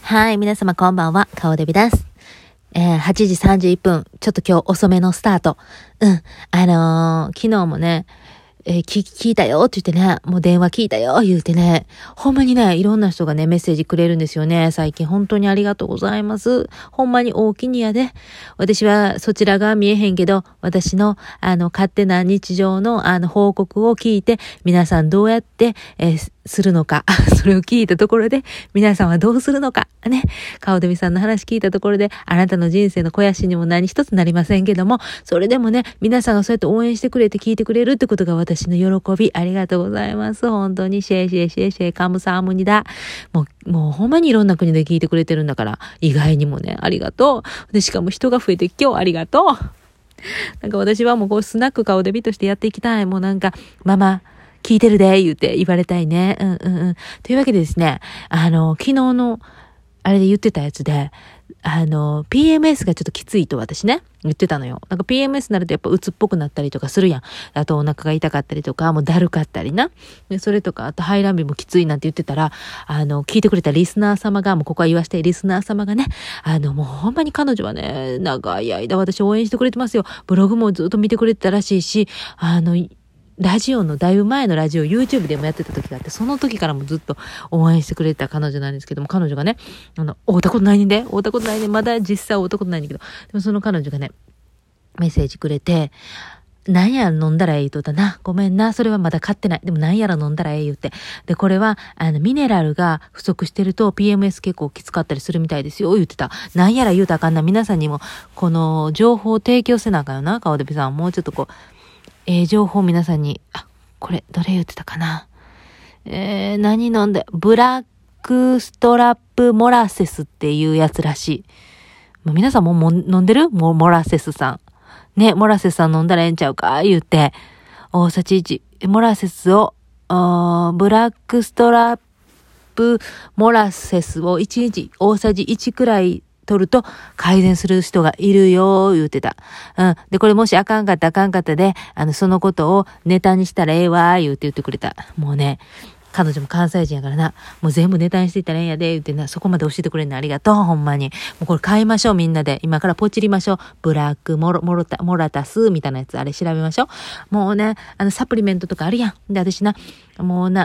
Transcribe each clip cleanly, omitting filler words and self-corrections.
はい、皆様こんばんは、顔デビです。8時31分、ちょっと今日遅めのスタート。昨日もね、聞いたよって言ってね、もう電話聞いたよ言うてね、ほんまにね、いろんな人がね、メッセージくれるんですよね。最近本当にありがとうございます。ほんまに大きにやで。私はそちらが見えへんけど、私の勝手な日常の報告を聞いて、皆さんどうやって、するのか。それを聞いたところで、皆さんはどうするのか。ね。顔デビさんの話聞いたところで、あなたの人生の肥やしにも何一つなりませんけども、それでもね、皆さんがそうやって応援してくれて聞いてくれるってことが私の喜び。ありがとうございます。本当にシェイシェイシェイシェイカムサームニダ。もうほんまにいろんな国で聞いてくれてるんだから、意外にもね、ありがとう。で、しかも人が増えて今日ありがとう。なんか私はもうこうスナック顔デビとしてやっていきたい。もうなんか、ママ、聞いてるで、言われたいね。というわけでですね、昨日の、あれで言ってたやつで、PMS がちょっときついと私ね、言ってたのよ。なんか PMS になるとやっぱ鬱っぽくなったりとかするやん。あとお腹が痛かったりとか、もうだるかったりな。でそれとか、あと排卵日もきついなんて言ってたら、聞いてくれたリスナー様が、もうここは言わして、リスナー様がね、もうほんまに彼女はね、長い間私応援してくれてますよ。ブログもずっと見てくれてたらしいし、ラジオのだいぶ前のラジオ YouTube でもやってた時があって、その時からもずっと応援してくれた彼女なんですけども、彼女がね、会ったことないねんで、まだ実際会ったことないんだけど、でもその彼女がね、メッセージくれて、なんやら飲んだらええとだな。ごめんな。それはまだ買ってない。でもなんやら飲んだらええ言って。で、これは、ミネラルが不足してると PMS 結構きつかったりするみたいですよ。言ってた。なんやら言うたらあかんな。皆さんにも、この情報を提供せなあかんよな。顔デビさん。もうちょっとこう、情報皆さんに、これ、どれ言ってたかな。何飲んで、ブラックストラップモラセスっていうやつらしい。もう皆さんも飲んでる？もうモラセスさん。ね、モラセスさん飲んだらええんちゃうか言って、大さじ1。モラセスを、ブラックストラップモラセスを1日大さじ1くらい取ると改善する人がいるよ、言うてた。で、これもしあかんかったで、そのことをネタにしたらええわ、言ってくれた。もうね、彼女も関西人やからな。もう全部ネタにしていったらええんやで、言ってな、そこまで教えてくれるのありがとう、ほんまに。もうこれ買いましょう、みんなで。今からポチりましょう。ブラックモラタス、みたいなやつ、あれ調べましょう。もうね、サプリメントとかあるやん。で、私な、もう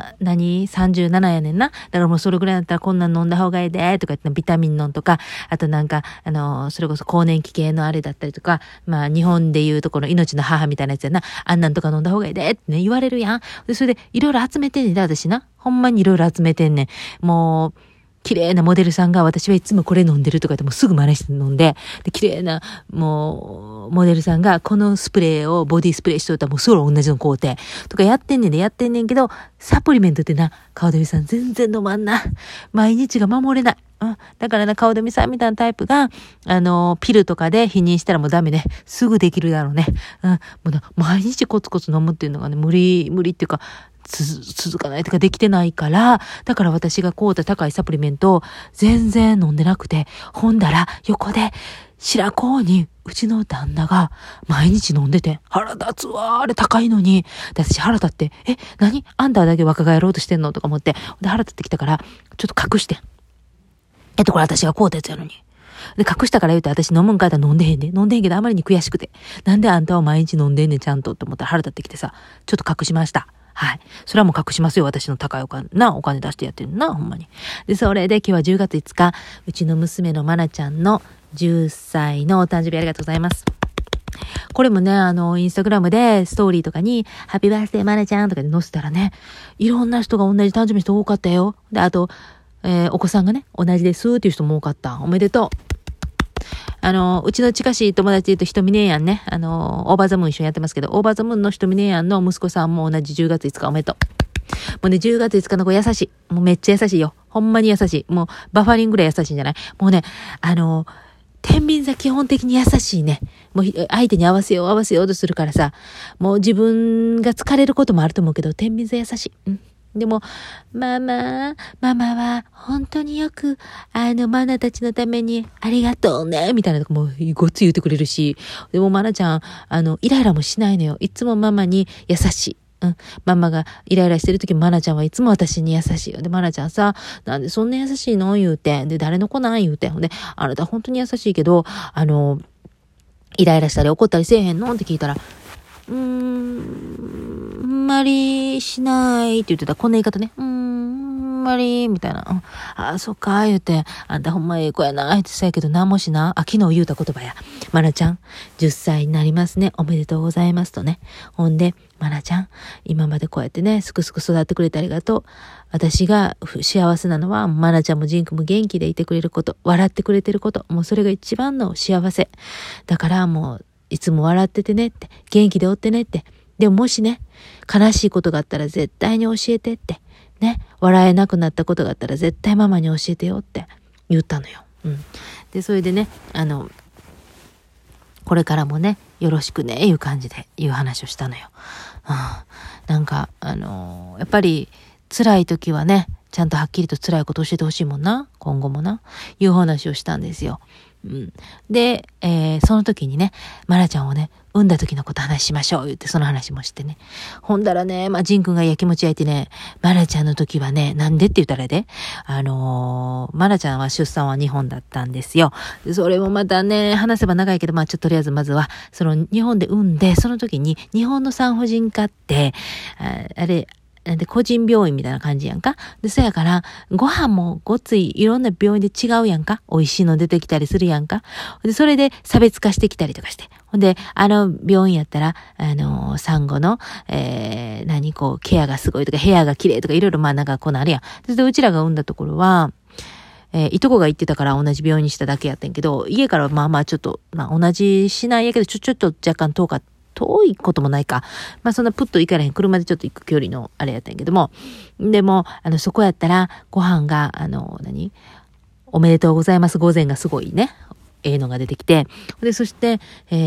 37やねんな。だからもうそれぐらいだったらこんなん飲んだ方がいいで、とか言ってビタミン飲んとか、あとなんか、それこそ更年期系のあれだったりとか、まあ日本でいうとこの命の母みたいなやつやな。あんなんとか飲んだ方がいいで、ってね、言われるやん。で、それでいろいろ集めてんねんで、私な。ほんまにいろいろ集めてんねん。もう、綺麗なモデルさんが私はいつもこれ飲んでるとか言ってもすぐ真似して飲んで、で、綺麗な、もう、モデルさんがこのスプレーをボディスプレーしといたらもうすぐ同じの買うて、とかやってんねんけど、サプリメントってな、顔デビさん全然飲まんな。毎日が守れない。だからな、顔デビさんみたいなタイプが、ピルとかで否認したらもうダメね。すぐできるだろうね。もうな、毎日コツコツ飲むっていうのがね、無理っていうか、続かないとかできてないから、だから私が買うた高いサプリメントを全然飲んでなくて、ほんだら横で白子にうちの旦那が毎日飲んでて、腹立つわ、あれ高いのに。で、私腹立って、何あんただけ若返ろうとしてんのとか思って、で、腹立ってきたから、ちょっと隠して。これ私が買うたやつやのに。で、隠したから言うて私飲むんかいったら飲んでへんで。飲んでへんけどあまりに悔しくて。なんであんたは毎日飲んでんねんちゃんとって思ったら腹立ってきてさ、ちょっと隠しました。はい。それはもう隠しますよ。私の高いお金出してやってるな、ほんまに。で、それで今日は10月5日、うちの娘のまなちゃんの10歳のお誕生日ありがとうございます。これもね、インスタグラムでストーリーとかに、ハッピーバースデーまなちゃんとかで載せたらね、いろんな人が同じ誕生日の人多かったよ。で、あと、お子さんがね、同じですっていう人も多かった。おめでとう。うちの近しい友達で言うとひとみねえやんね。オーバーザムーン一緒にやってますけど、オーバーザムーンのひとみねえやんの息子さんも同じ10月5日おめでとう。もうね、10月5日の子優しい。もうめっちゃ優しいよ。ほんまに優しい。もうバファリンぐらい優しいんじゃない？もうね、天秤座基本的に優しいね。もう相手に合わせようとするからさ、もう自分が疲れることもあると思うけど、天秤座優しい。でも、ママは本当によく、マナたちのためにありがとうね、みたいなとこもごっつ言ってくれるし、でもマナちゃん、イライラもしないのよ。いつもママに優しい。 ママがイライラしてる時、マナちゃんはいつも私に優しいよ。で、マナちゃんさ、なんでそんな優しいの言うて。で、誰の子なん言うて。ほんで、あなた本当に優しいけど、イライラしたり怒ったりせえへんのって聞いたら、あんまりしないって言ってた。こんな言い方ね。あんまり、みたいな。あ、そっか、言うて、あんたほんまええ子やな、ってさやけど、なんもしな。昨日言うた言葉や。マナちゃん、10歳になりますね。おめでとうございますとね。ほんで、マナちゃん、今までこうやってね、すくすく育ってくれてありがとう。私が幸せなのは、マナちゃんもジンクも元気でいてくれること、笑ってくれてること、もうそれが一番の幸せ。だからもう、いつも笑っててねって、元気でおってねって。でももしね、悲しいことがあったら絶対に教えてって。ね、笑えなくなったことがあったら絶対ママに教えてよって言ったのよ。で、それでね、これからもね、よろしくね、いう感じで、いう話をしたのよ。なんか、やっぱり辛い時はね、ちゃんとはっきりと辛いこと教えてほしいもんな。今後もな。いう話をしたんですよ。で、その時にね、マナちゃんをね、産んだ時のこと話しましょう言って、その話もしてね。ほんだらね、ジン君がやきもち焼いてね、マナちゃんの時はね、なんでって言ったらで、マナちゃんは出産は日本だったんですよ。それもまたね、話せば長いけど、ちょっととりあえずまずは、その日本で産んで、その時に日本の産婦人科って、あれ、なんで個人病院みたいな感じやんか。で、そやから、ご飯もごついいろんな病院で違うやんか。美味しいの出てきたりするやんか。で、それで差別化してきたりとかして。ほんで、病院やったら、産後の、ケアがすごいとか、部屋が綺麗とか、いろいろなんかこうなるやん。で、うちらが産んだところは、いとこが行ってたから同じ病院にしただけやってんけど、家からちょっと、同じ市内やけど、ちょっと若干遠いこともないか。そんなプッと行かれへん。車でちょっと行く距離のあれやったんやけども。でも、そこやったら、ご飯が、おめでとうございます。午前がすごいね、のが出てきて。で、そして、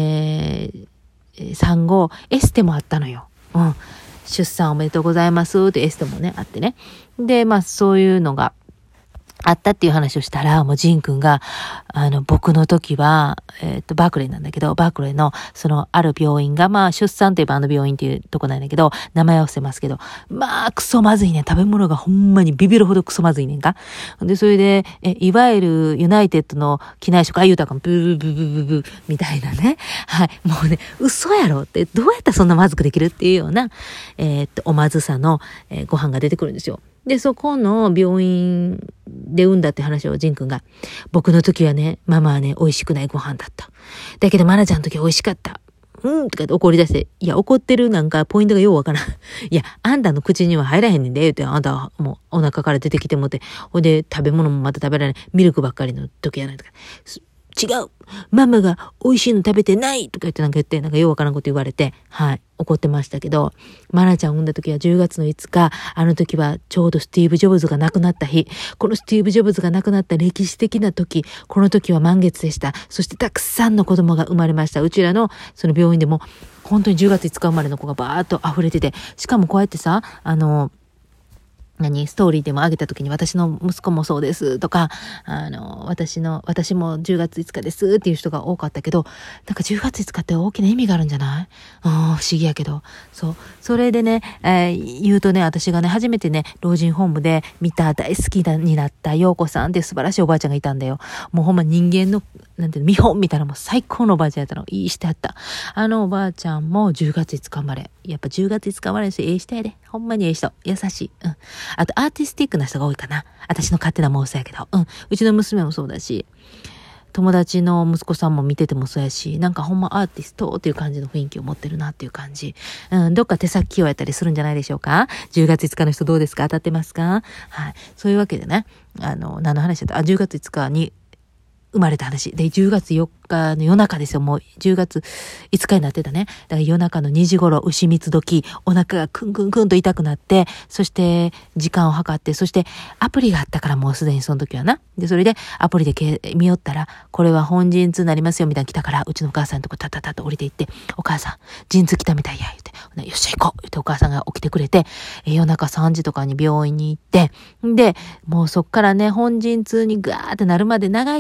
産後、エステもあったのよ。出産おめでとうございますってエステもね、あってね。で、そういうのが、あったっていう話をしたら、もうジン君が、僕の時は、バークレーなんだけど、バークレーの、ある病院が、出産といえば病院っていうとこなんだけど、名前を伏せますけど、クソまずいね。食べ物がほんまにビビるほどクソまずいねんか。で、それで、いわゆるユナイテッドの機内食、言うたかも、ブーブーブーブーブーみたいなね。はい。もうね、嘘やろって、どうやったらそんなまずくできるっていうような、おまずさの、ご飯が出てくるんですよ。で、そこの病院で産んだって話をジン君が、僕の時はね、ママはね、美味しくないご飯だった。だけどマナちゃんの時は美味しかった。とかって怒り出して、いや、怒ってるなんかポイントがようわからん。いや、あんたの口には入らへんねんで、言うて、あんたはもうお腹から出てきてもって、ほんで食べ物もまた食べられない。ミルクばっかりの時やないとか。違うママが美味しいの食べてないとか言って、ようわからんこと言われて、はい、怒ってましたけど、マナちゃんを産んだ時は10月の5日、あの時はちょうどスティーブ・ジョブズが亡くなった日、このスティーブ・ジョブズが亡くなった歴史的な時、この時は満月でした。そしてたくさんの子供が生まれました。うちらのその病院でも、本当に10月5日生まれの子がバーっと溢れてて、しかもこうやってさ、ストーリーでも上げた時に私の息子もそうですとか、私も10月5日ですっていう人が多かったけど、なんか10月5日って大きな意味があるんじゃない？不思議やけど。そう。それでね、言うとね、私がね、初めてね、老人ホームで見た大好きになった陽子さんっていう素晴らしいおばあちゃんがいたんだよ。もうほんま人間の、見本みたいなもう最高のおばあちゃんやったの。いい人やった。あのおばあちゃんも10月5日生まれ。やっぱ10月5日生まれの人、人やで。ほんまに人。優しい。あとアーティスティックな人が多いかな。私の勝手な妄想やけど。うちの娘もそうだし、友達の息子さんも見ててもそうやし、なんかほんまアーティストっていう感じの雰囲気を持ってるなっていう感じ。どっか手先器用やったりするんじゃないでしょうか。10月5日の人どうですか？当たってますか？はい。そういうわけでね、何の話だった？10月5日に生まれた話。で、10月4日の夜中ですよ。もう10月5日になってたね。だから夜中の2時頃、牛蜜時、お腹がクンクンクンと痛くなって、そして時間を計って、そしてアプリがあったからもうすでにその時はな。で、それでアプリで見よったら、これは本陣痛になりますよみたいな来たから、うちのお母さんのとこタタタと降りて行って、お母さん、陣痛来たみたいや、言って、よっしゃ行こう言ってお母さんが起きてくれて、夜中3時とかに病院に行って、で、もうそっからね、本陣痛にガーってなるまで長いでしょあれ。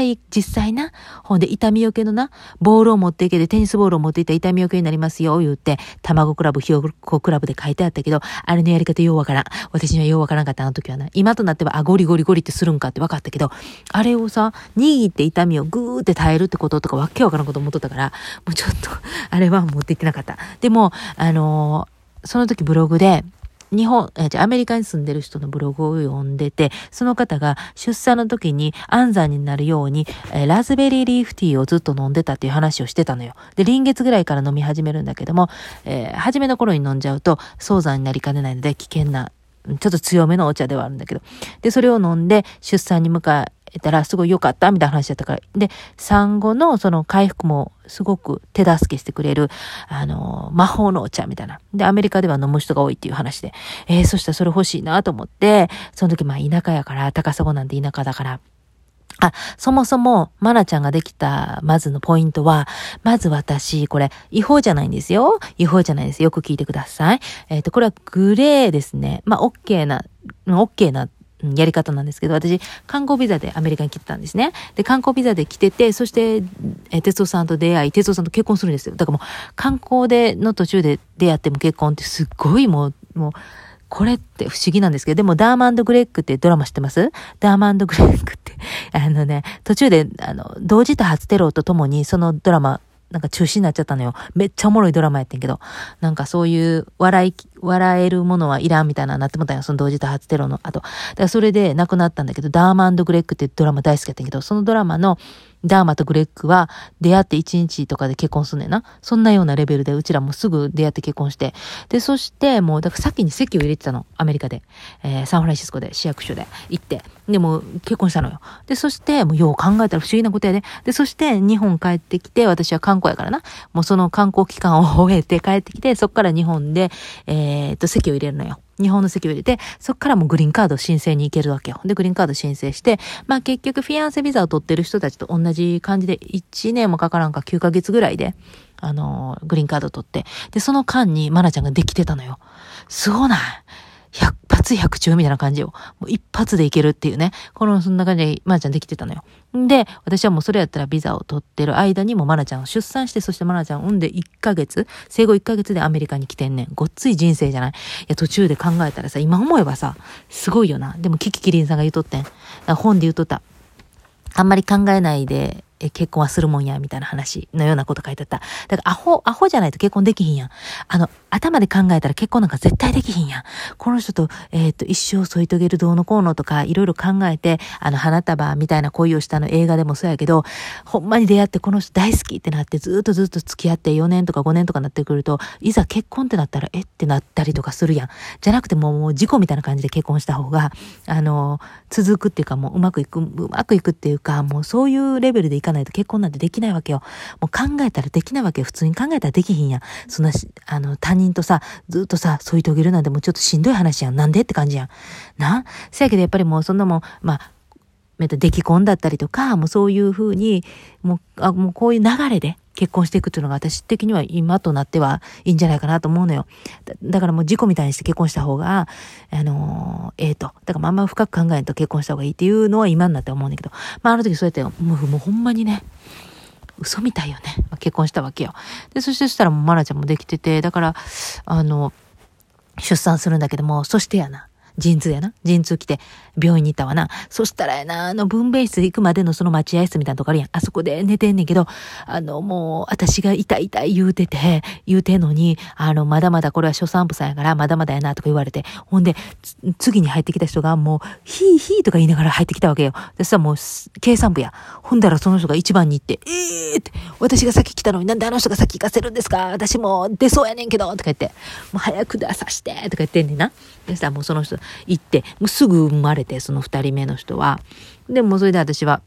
れ実際な、ほんで痛みよけのな、ボールを持っていけて、テニスボールを持っていたら痛みよけになりますよ、言って、卵クラブ、ひよこクラブで書いてあったけど、あれのやり方ようわからん。私にはようわからんかった、あの時はな。今となっては、ゴリゴリゴリってするんかって分かったけど、あれをさ、握って痛みをぐーって耐えるってこととかわけわからんこと思っとったから、もうちょっと、あれは持っていってなかった。でも、その時ブログで、アメリカに住んでる人のブログを読んでて、その方が出産の時に安産になるように、ラズベリーリーフティーをずっと飲んでたっていう話をしてたのよ。で、臨月ぐらいから飲み始めるんだけども、初めの頃に飲んじゃうと早産になりかねないので危険な、ちょっと強めのお茶ではあるんだけど。で、それを飲んで出産に向かたらすごい良かったみたいな話だったから。で、産後のその回復もすごく手助けしてくれる、魔法のお茶みたいな。で、アメリカでは飲む人が多いっていう話で。そしたらそれ欲しいなと思って、その時田舎やから、高砂なんて田舎だから、そもそも、マナちゃんができた、まずのポイントは、まず私、これ、違法じゃないんですよ。違法じゃないです。よく聞いてください。これはグレーですね。OK なやり方なんですけど、私、観光ビザでアメリカに来てたんですね。で、観光ビザで来てて、そして、哲夫さんと出会い、哲夫さんと結婚するんですよ。だからもう、観光の途中で出会っても結婚ってすっごいもう、これって不思議なんですけど、でもダーマンド・グレッグってドラマ知ってます？ダーマンド・グレッグって、途中で、同時多発テロとともにそのドラマ、なんか中止になっちゃったのよ。めっちゃおもろいドラマやってんけど、なんかそういう笑えるものはいらんみたいななってもったんよ。その同時多発テロの後。だからそれで亡くなったんだけど、ダーマンド・グレッグってドラマ大好きやってんけど、そのドラマのダーマとグレッグは出会って1日とかで結婚すんねんな。そんなようなレベルでうちらもすぐ出会って結婚して。で、そしてもう、だから先に籍を入れてたの。アメリカで。サンフランシスコで市役所で行って。で、もう結婚したのよ。で、そして、もうよう考えたら不思議なことやで。で、そして日本帰ってきて、私は観光やからな。もうその観光期間を終えて帰ってきて、そっから日本で、籍を入れるのよ。日本の籍を入れて、そっからもうグリーンカード申請に行けるわけよ。で、グリーンカード申請して、結局フィアンセビザを取ってる人たちと同じ感じで、1年もかからんか9ヶ月ぐらいで、グリーンカード取って、で、その間にマナちゃんができてたのよ。すごない100発100中みたいな感じよ。もう一発でいけるっていうね。そんな感じでマナちゃんできてたのよ。で、私はもうそれやったらビザを取ってる間にもマナちゃんを出産して、そしてマナちゃんを産んで1ヶ月、生後1ヶ月でアメリカに来てんねん。ごっつい人生じゃない？いや、途中で考えたらさ、今思えばさ、すごいよな。でもキキキリンさんが言うとってん。本で言うとった。あんまり考えないで、結婚はするもんや、みたいな話のようなこと書いてあった。だからアホじゃないと結婚できひんやん。頭で考えたら結婚なんか絶対できひんやん。この人と、一生添い遂げるどうのこうのとか、いろいろ考えて、花束みたいな恋をした映画でもそうやけど、ほんまに出会ってこの人大好きってなって、ずっと付き合って4年とか5年とかなってくると、いざ結婚ってなったら、ってなったりとかするやん。じゃなくてもう事故みたいな感じで結婚した方が、続くっていうかもううまくいくっていうか、もうそういうレベルでいかないと結婚なんてできないわけよ。もう考えたらできないわけよ。普通に考えたらできひんやん。そんな他人とさ、ずっとさ、添い遂げるなんてもうちょっとしんどい話やん。なんでって感じやん。せやけどやっぱりもうそんなもん、出来婚だったりとか、もうそういう風に、もうこういう流れで結婚していくっていうのが私的には今となってはいいんじゃないかなと思うのよ。だからもう事故みたいにして結婚した方が、だからあんま深く考えんと結婚した方がいいっていうのは今になって思うんだけど、あの時そうやってもうほんまにね、嘘みたいよね。結婚したわけよ。で、そしたらもうマナちゃんもできてて、だから、出産するんだけども、そしてやな。陣痛来て病院に行ったわな。そしたらやな、分娩室行くまでのその待合室みたいなとこあるやん。あそこで寝てんねんけど、もう、私が痛い言うてんのに、まだまだこれは初産婦さんやから、まだまだやなとか言われて、ほんで、次に入ってきた人がもう、ヒーとか言いながら入ってきたわけよ。でさ、もう、計算部や。ほんだらその人が一番に行って、って、私が先来たのになんであの人が先行かせるんですか？私もう出そうやねんけど、とか言って、もう早く出さして、とか言ってんねんな。でさ、もうその人行って、もうすぐ生まれて、その2人目の人は。で、もうそれで私は、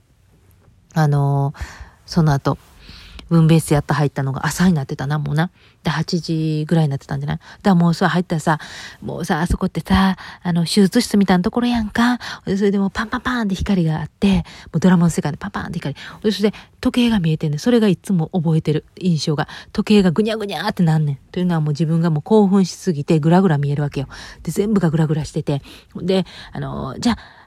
その後、分娩室やった入ったのが朝になってたな、もうな。で、8時ぐらいになってたんじゃない？だからもうさ、入ったらさ、もうさ、あそこってさ、手術室みたいなところやんか。で、それでもうパンパンパンって光があって、もうドラマの世界でパンパンって光。そして時計が見えてんねん。それがいつも覚えてる印象が。時計がぐにゃぐにゃってなんねん。というのはもう自分がもう興奮しすぎてグラグラ見えるわけよ。で、全部がグラグラしてて。で、じゃあ、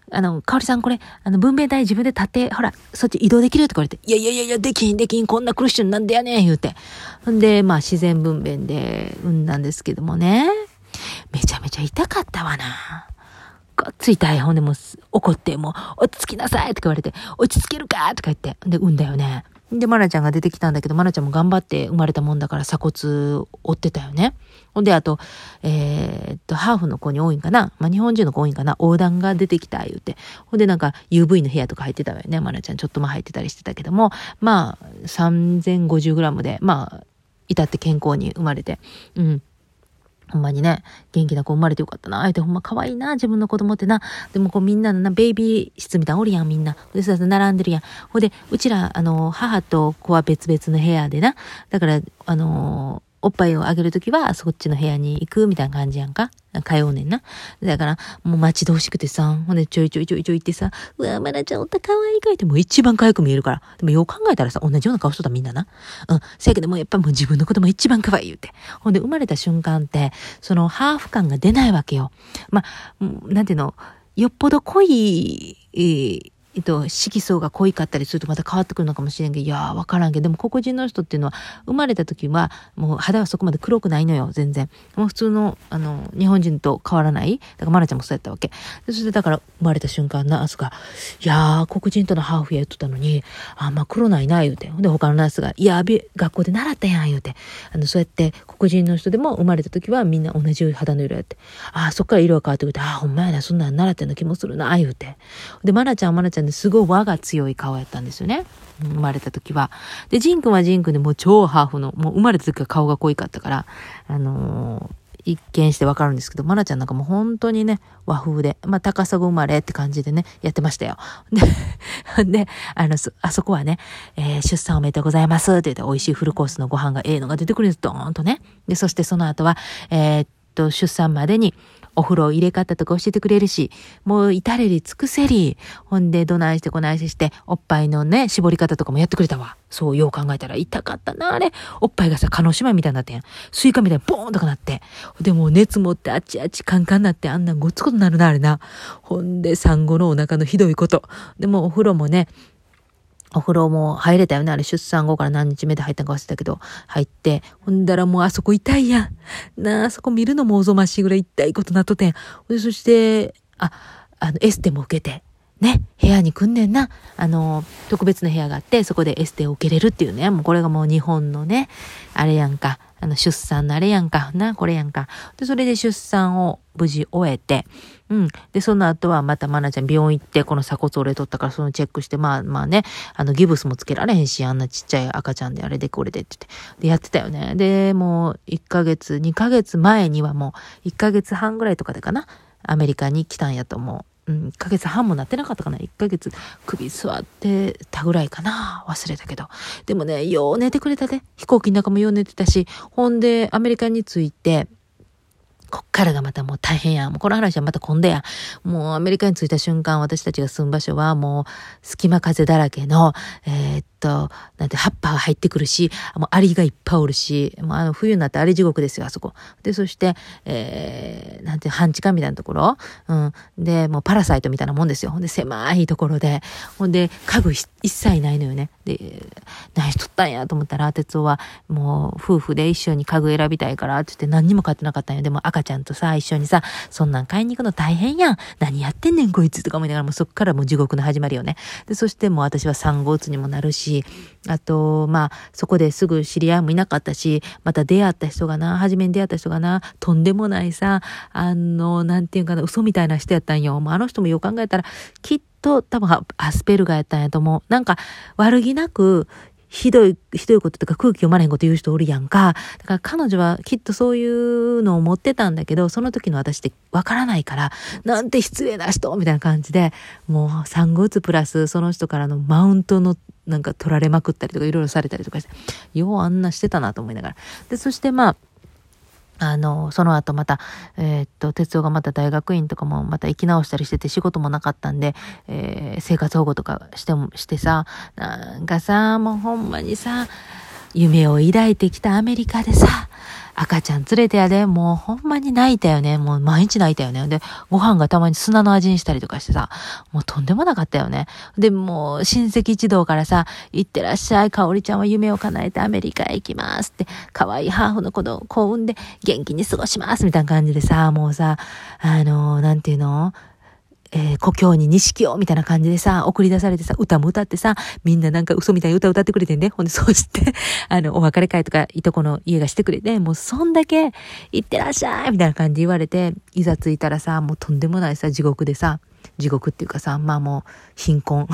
かおりさんこれ、分娩台自分で立って、ほら、そっち移動できるとか言われて、いや、できん、こんな苦しいのなんでやねん、言うて。ほんで、まあ、自然分娩で産んだんですけどもね。めちゃめちゃ痛かったわな。がっついたい。ほんでもう怒って、もう、落ち着きなさいとか言われて、落ち着けるかとか言って、で、産んだよね。で、マナちゃんが出てきたんだけど、マナちゃんも頑張って生まれたもんだから鎖骨折ってたよね。ほんで、あと、ハーフの子に多いんかな、まあ、日本人の子多いんかな、横断が出てきた、言うて。ほんで、なんか UV の部屋とか入ってたわよね。マナちゃんちょっと入ってたりしてたけども、まあ、3050g で、まあ、至って健康に生まれて、うん。ほんまにね、元気な子生まれてよかったな。あえてほんま可愛いな、自分の子供ってな。でもこうみんなのな、ベイビー室みたいなおるやん、みんな。で、さ、並んでるやん。ほんで、うちら、母と子は別々の部屋でな。だから、おっぱいをあげるときは、そっちの部屋に行くみたいな感じやんか。通うねんな。だから、もう待ち遠しくてさ、ほんでちょい行ってさ、うわ、マナちゃんおった可愛いかいってもう一番可愛く見えるから。でもよう考えたらさ、同じような顔しとったみんなな。うん。せやけどもやっぱもう自分の子供一番可愛い言うて。ほんで生まれた瞬間って、そのハーフ感が出ないわけよ。まあ、なんていうの、よっぽど濃い、色素が濃いかったりするとまた変わってくるのかもしれんけど、いやーわからんけど、でも黒人の人っていうのは生まれた時はもう肌はそこまで黒くないのよ、全然。もう普通の、日本人と変わらない。だからマナちゃんもそうやったわけ。でそしてだから生まれた瞬間ナースが、いやー黒人とのハーフや言っとったのに、まあ黒ないな言うて。で他のナースが、いや学校で習ったやん言うて。そうやって黒人の人でも生まれた時はみんな同じ肌の色やって。そっから色が変わってくるて、ほんまやな、そんなん習ったような気もするな言うて。でマナちゃんですごい輪が強い顔やったんですよね。生まれた時は。で、ジン君はジン君でもう超ハーフの、もう生まれた時は顔が濃いかったから、一見してわかるんですけど、マナちゃんなんかもう本当にね、和風で、まあ、高砂生まれって感じでね、やってましたよ。で、あそこはね、出産おめでとうございますって言って、美味しいフルコースのご飯がのが出てくるんです、ドーンとね。で、そしてその後は、出産までに、お風呂入れ方とか教えてくれるし、もう至れり尽くせり、ほんでどないしてこないして、おっぱいのね、絞り方とかもやってくれたわ。そう、よう考えたら痛かったな、あれ。おっぱいがさ、叶姉妹みたいになってん。スイカみたいにボーンとかなって。でも熱持ってあっちカンカンなって、あんなごっつことなるな、あれな。ほんで産後のお腹のひどいこと。でもお風呂もね、お風呂も入れたよね。あれ出産後から何日目で入ったか忘れたけど、入って、ほんだらもうあそこ痛いやん。なあそこ見るのもおぞましいぐらい痛いことなっとってん。で、そして、エステも受けて、ね、部屋に来んねんな。特別な部屋があって、そこでエステを受けれるっていうね。もうこれがもう日本のね、あれやんか。出産のあれやんか。これやんか。で、それで出産を無事終えて、うん。で、その後はまたマナちゃん病院行って、この鎖骨折れとったからそのチェックして、まあね、ギブスもつけられへんし、あんなちっちゃい赤ちゃんであれでこれでって言って。で、やってたよね。で、もう2ヶ月前にはもう1ヶ月半ぐらいとかでかな、アメリカに来たんやと思う。1ヶ月半もなってなかったかな。1ヶ月首座ってたぐらいかな。忘れたけど。でもね、よう寝てくれたで。飛行機の中もよう寝てたし、ほんでアメリカに着いて、こっからがまたもう大変や。もうこの話はまた今度や。もうアメリカに着いた瞬間、私たちが住む場所はもう隙間風だらけの、なんて葉っぱが入ってくるし、もうアリがいっぱいおるし、もう冬になってアリ地獄ですよ、あそこ。で、そして、なんて半地下みたいなところ、で、もうパラサイトみたいなもんですよ。ほんで、狭いところで、ほんで、家具一切ないのよね。で、何しとったんやと思ったら、哲夫はもう夫婦で一緒に家具選びたいからって言って何にも買ってなかったんや。でも赤ちゃんとさ、一緒にさ、そんなん買いに行くの大変やん。何やってんねんこいつとか思いながら、もうそっからもう地獄の始まりよね。で、そしてもう私は産後うつにもなるし、あと、まあ、そこですぐ知り合いもいなかったし、また出会った人がな、初めに出会った人がな、とんでもないさ、なんていうかな、嘘みたいな人やったんよ。もうあの人もよく考えたら、きっと多分アスペルガーやったんやと思う。なんか悪気なく、ひどいこととか空気読まれへんこと言う人おるやんか。だから彼女はきっとそういうのを持ってたんだけど、その時の私ってわからないから、なんて失礼な人みたいな感じで、もう産後うつプラスその人からのマウントのなんか取られまくったりとかいろいろされたりとかして、ようあんなしてたなと思いながら。で、そしてまあ、その後また、哲夫がまた大学院とかもまた行き直したりしてて仕事もなかったんで、生活保護とかしてさ、なんかさ、もうほんまにさ、 夢を抱いてきたアメリカでさ、赤ちゃん連れてやで、もうほんまに泣いたよね。もう毎日泣いたよね。で、ご飯がたまに砂の味にしたりとかしてさ、もうとんでもなかったよね。で、もう親戚一同からさ、行ってらっしゃい、かおりちゃんは夢を叶えてアメリカへ行きますって、可愛いハーフの子を産んで元気に過ごしますみたいな感じでさ、もうさ、なんていうの？故郷に錦をみたいな感じでさ、送り出されてさ、歌も歌ってさ、みんななんか嘘みたいに歌歌ってくれてんで、ほんで、そうして、お別れ会とか、いとこの家がしてくれて、もうそんだけ、行ってらっしゃいみたいな感じで言われて、いざ着いたらさ、もうとんでもないさ、地獄でさ、地獄っていうかさ、まあもう、貧困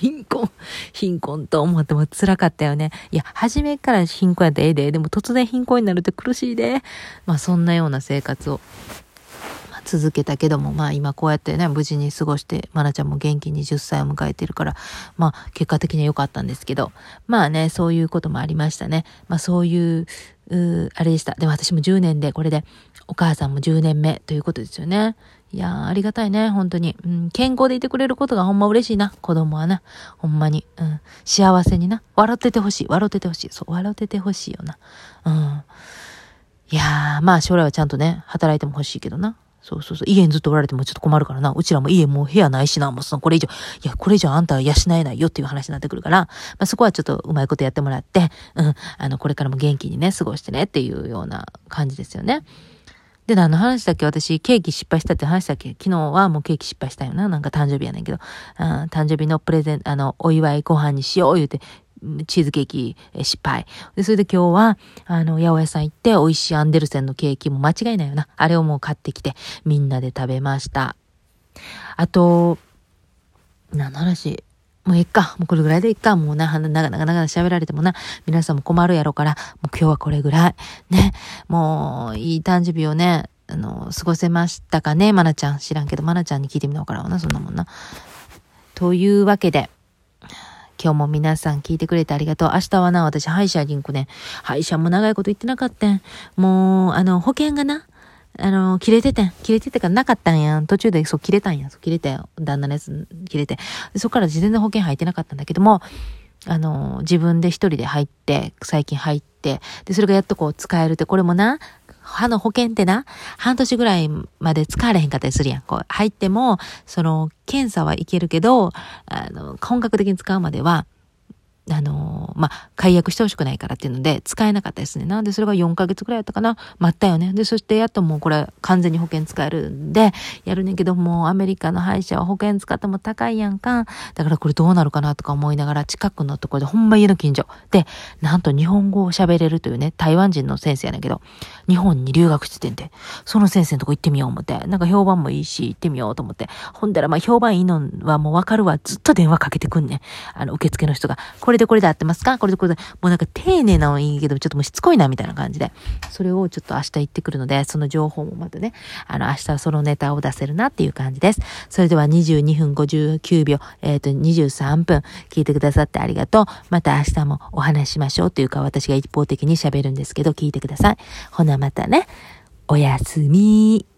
と思っても辛かったよね。いや、初めから貧困やったらええで、でも突然貧困になるって苦しいで、まあそんなような生活を、続けたけども、まあ今こうやってね、無事に過ごして、まなちゃんも元気に10歳を迎えてるから、まあ結果的には良かったんですけど、まあね、そういうこともありましたね。まあそういう、あれでした。でも私も10年で、これで、お母さんも10年目ということですよね。いやー、ありがたいね、本当に。健康でいてくれることがほんま嬉しいな、子供はな。ほんまに。幸せにな。笑っててほしい。そう、笑っててほしいよな。いやー、まあ将来はちゃんとね、働いても欲しいけどな。そう。家にずっとおられてもちょっと困るからな。うちらも家もう部屋ないしな。もうこれ以上あんたは養えないよっていう話になってくるから、まあそこはちょっとうまいことやってもらって、これからも元気にね、過ごしてねっていうような感じですよね。で、何の話だっけ？私、ケーキ失敗したって話だっけ？昨日はもうケーキ失敗したよな。なんか誕生日やねんけど。誕生日のプレゼント、お祝いご飯にしよう言うて、チーズケーキ失敗。で、それで今日は、八百屋さん行って、美味しいアンデルセンのケーキも間違いないよな。あれをもう買ってきて、みんなで食べました。あと、何の話？もういっか。もうこれぐらいでいっか。もうな、長々喋られてもな、皆さんも困るやろから、もう今日はこれぐらい。ね。もう、いい誕生日をね、過ごせましたかね、まなちゃん。知らんけど、まなちゃんに聞いてみようからな、そんなもんな。というわけで、今日も皆さん聞いてくれてありがとう。明日はな、私、歯医者に行くね。歯医者も長いこと言ってなかったん。もう、保険がな、切れてからなかったんやん。途中でそう切れたんや。そう切れて、旦那のやつ切れて。そこから全然保険入ってなかったんだけども、自分で一人で入って、最近入って、で、それがやっとこう使えるって、これもな、歯の保険ってな、半年ぐらいまで使われへんかったりするやん。こう、入っても、検査はいけるけど、本格的に使うまでは、解約してほしくないからっていうので、使えなかったですね。なんで、それが4ヶ月くらいやったかな。待ったよね。で、そしてやっともうこれ完全に保険使えるんで、やるねんけども、アメリカの歯医者は保険使っても高いやんか。だからこれどうなるかなとか思いながら、近くのところで、ほんま家の近所で、なんと日本語を喋れるというね、台湾人の先生やねんけど、日本に留学しててんで、その先生のとこ行ってみよう思って、なんか評判もいいし、行ってみようと思って、ほんだらまあ評判いいのはもうわかるわ。ずっと電話かけてくんねん。受付の人が、これで合ってますか？これで。もうなんか丁寧なのいいけど、ちょっともうしつこいなみたいな感じで。それをちょっと明日行ってくるので、その情報もまたね、明日はそのネタを出せるなっていう感じです。それでは22分59秒、23分聞いてくださってありがとう。また明日もお話しましょうというか、私が一方的に喋るんですけど、聞いてください。ほなまたね。おやすみ。